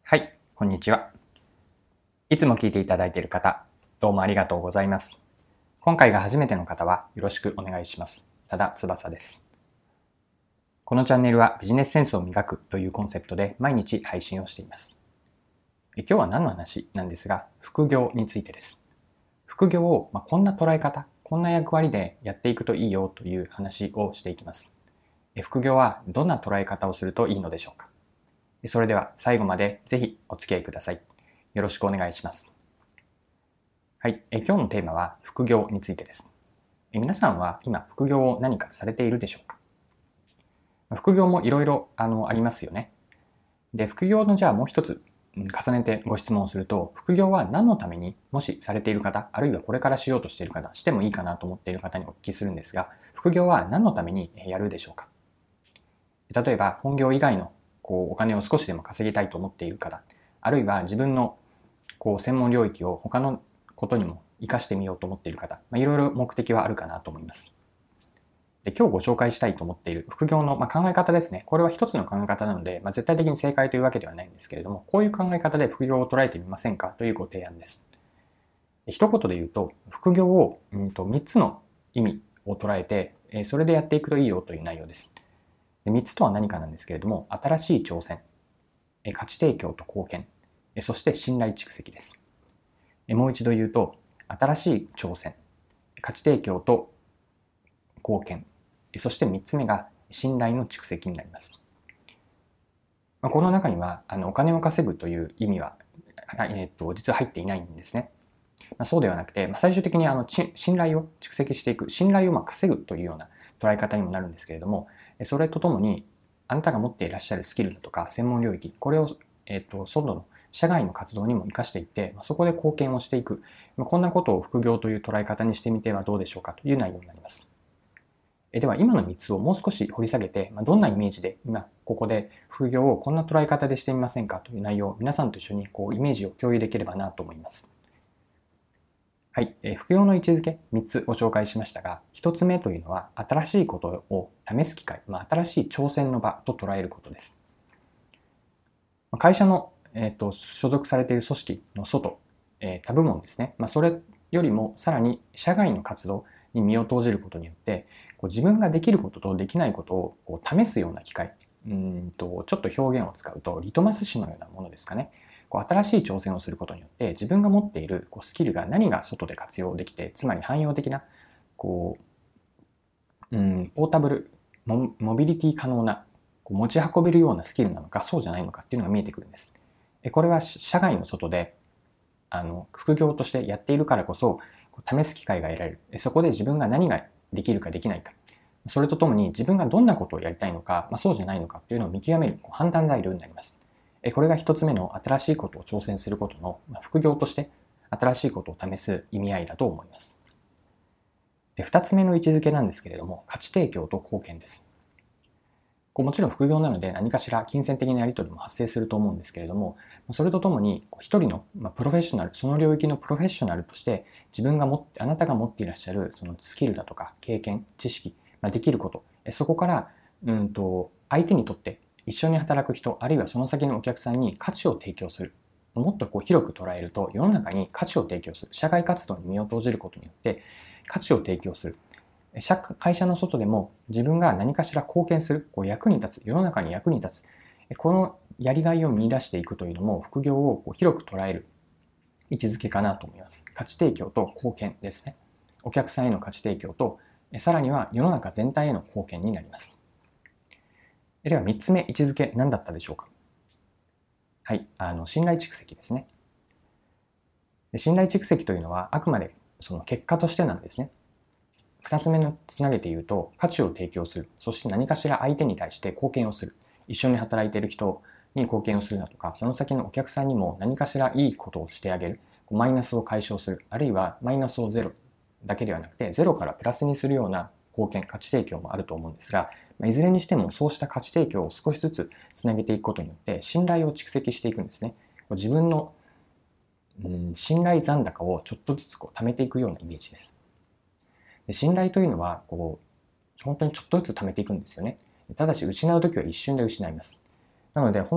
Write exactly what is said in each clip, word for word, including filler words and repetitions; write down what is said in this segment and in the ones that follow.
はい、こんにちは。いつも聞いていただいている方、どうもありがとうございます。今回が初めての方はよろしくお願いします。多田翼です。このチャンネルはビジネスセンスを磨くというコンセプトで毎日配信をしています。今日は何の話なんですが、副業についてです。副業を、まあ、こんな捉え方、こんな役割でやっていくといいよという話をしていきます。副業はどんな捉え方をするといいのでしょうか。それでは最後までぜひお付き合いください。よろしくお願いします。はい、え今日のテーマは副業についてです。え皆さんは今副業を何かされているでしょうか。副業もいろいろあのありますよね。で、副業のじゃあもう一つ重ねてご質問をすると、副業は何のためにもしされている方、あるいはこれからしようとしている方、してもいいかなと思っている方にお聞きするんですが、副業は何のためにやるでしょうか。例えば本業以外のこうお金を少しでも稼ぎたいと思っている方、あるいは自分のこう専門領域を他のことにも活かしてみようと思っている方、まあ、いろいろ目的はあるかなと思います。で、今日ご紹介したいと思っている副業の、まあ、考え方ですね。これは一つの考え方なので、まあ、絶対的に正解というわけではないんですけれども、こういう考え方で副業を捉えてみませんかというご提案です。で一言で言うと、副業を、うんと、みっつの意味を捉えて、それでやっていくといいよという内容です。でみっつとは何かなんですけれども、新しい挑戦、価値提供と貢献、そして信頼蓄積です。もう一度言うと、新しい挑戦、価値提供と貢献、そしてみっつめが信頼の蓄積になります。この中にはあのお金を稼ぐという意味は、えー、と実は入っていないんですね。まあ、そうではなくて、最終的にあの信頼を蓄積していく、信頼をまあ稼ぐというような捉え方にもなるんですけれども、それとともにあなたが持っていらっしゃるスキルだとか専門領域、これを、えー、と外の社外の活動にも活かしていって、そこで貢献をしていく、こんなことを副業という捉え方にしてみてはどうでしょうかという内容になります。では今のみっつをもう少し掘り下げて、どんなイメージで今ここで副業をこんな捉え方でしてみませんかという内容を皆さんと一緒にこうイメージを共有できればなと思います。はい、え副業の位置づけみっつご紹介しましたが、ひとつめというのは新しいことを試す機会、まあ、新しい挑戦の場と捉えることです。会社の、えー、と所属されている組織の外、えー、他部門ですね、まあ、それよりもさらに社外の活動に身を投じることによって、こう自分ができることとできないことをこう試すような機会、うんとちょっと表現を使うとリトマス紙のようなものですかね。こう新しい挑戦をすることによって自分が持っているこうスキルが何が外で活用できて、つまり汎用的なこう、うん、ポータブルモ、モビリティ可能なこう持ち運べるようなスキルなのかそうじゃないのかっていうのが見えてくるんです。これは社外の外であの副業としてやっているからこそ試す機会が得られる。そこで自分が何ができるかできないか、それとともに自分がどんなことをやりたいのか、まあ、そうじゃないのかっていうのを見極める判断材料になります。これが一つ目の新しいことを挑戦することの副業として新しいことを試す意味合いだと思います。で、二つ目の位置づけなんですけれども、価値提供と貢献です。もちろん副業なので何かしら金銭的なやり取りも発生すると思うんですけれども、それとともに一人のプロフェッショナル、その領域のプロフェッショナルとして自分が持って、あなたが持っていらっしゃるそのスキルだとか経験、知識、できること、そこからうんと相手にとって一緒に働く人、あるいはその先のお客さんに価値を提供する。もっとこう広く捉えると、世の中に価値を提供する。社会活動に身を投じることによって価値を提供する。会社の外でも自分が何かしら貢献する、こう役に立つ、世の中に役に立つ、このやりがいを見出していくというのも副業をこう広く捉える位置づけかなと思います。価値提供と貢献ですね。お客さんへの価値提供と、さらには世の中全体への貢献になります。ではみっつめ、位置づけ何だったでしょうか。はい、あの信頼蓄積ですね。で信頼蓄積というのはあくまでその結果としてなんですね。二つ目のつなげて言うと、価値を提供する。そして何かしら相手に対して貢献をする。一緒に働いている人に貢献をするだとか、その先のお客さんにも何かしらいいことをしてあげる。マイナスを解消する。あるいはマイナスをゼロだけではなくて、ゼロからプラスにするような貢献、価値提供もあると思うんですが、いずれにしてもそうした価値提供を少しずつつなげていくことによって信頼を蓄積していくんですね。自分の、うん、信頼残高をちょっとずつこう貯めていくようなイメージです。で信頼というのはこう本当にちょっとずつ貯めていくんですよね。ただし失うときは一瞬で失います。なので本当に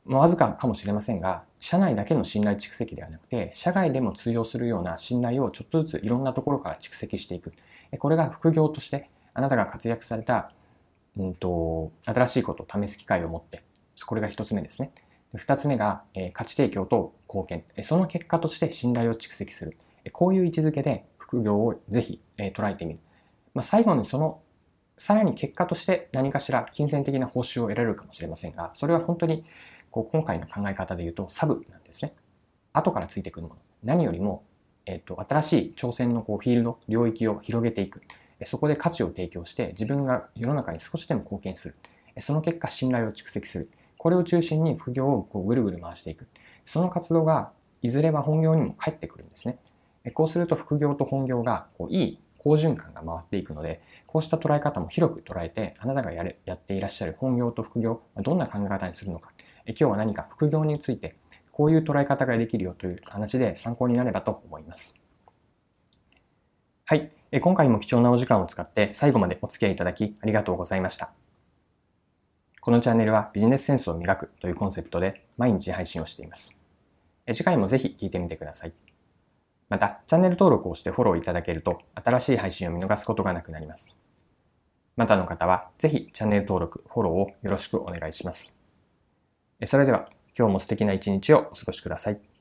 まあ、わずかかもしれませんが、社内だけの信頼蓄積ではなくて、社外でも通用するような信頼をちょっとずついろんなところから蓄積していく。これが副業として、あなたが活躍された、うんと、新しいことを試す機会を持って、これが一つ目ですね。二つ目が、えー、価値提供と貢献。その結果として信頼を蓄積する。こういう位置づけで副業をぜひ、えー、捉えてみる。まあ、最後にその、さらに結果として何かしら金銭的な報酬を得られるかもしれませんが、それは本当にこう今回の考え方で言うとサブなんですね。後からついてくるもの。何よりも、えっと、新しい挑戦のこうフィールド、領域を広げていく。そこで価値を提供して自分が世の中に少しでも貢献する。その結果信頼を蓄積する。これを中心に副業をこうぐるぐる回していく。その活動がいずれは本業にも返ってくるんですね。こうすると副業と本業がこういい好循環が回っていくので、こうした捉え方も広く捉えて、あなたがやれやっていらっしゃる本業と副業、どんな考え方にするのか、今日は何か副業についてこういう捉え方ができるよという話で参考になればと思います。はい。今回も貴重なお時間を使って最後までお付き合いいただきありがとうございました。このチャンネルはビジネスセンスを磨くというコンセプトで毎日配信をしています。次回もぜひ聞いてみてください。また、チャンネル登録をしてフォローいただけると新しい配信を見逃すことがなくなります。またの方はぜひチャンネル登録、フォローをよろしくお願いします。それでは今日も素敵な一日をお過ごしください。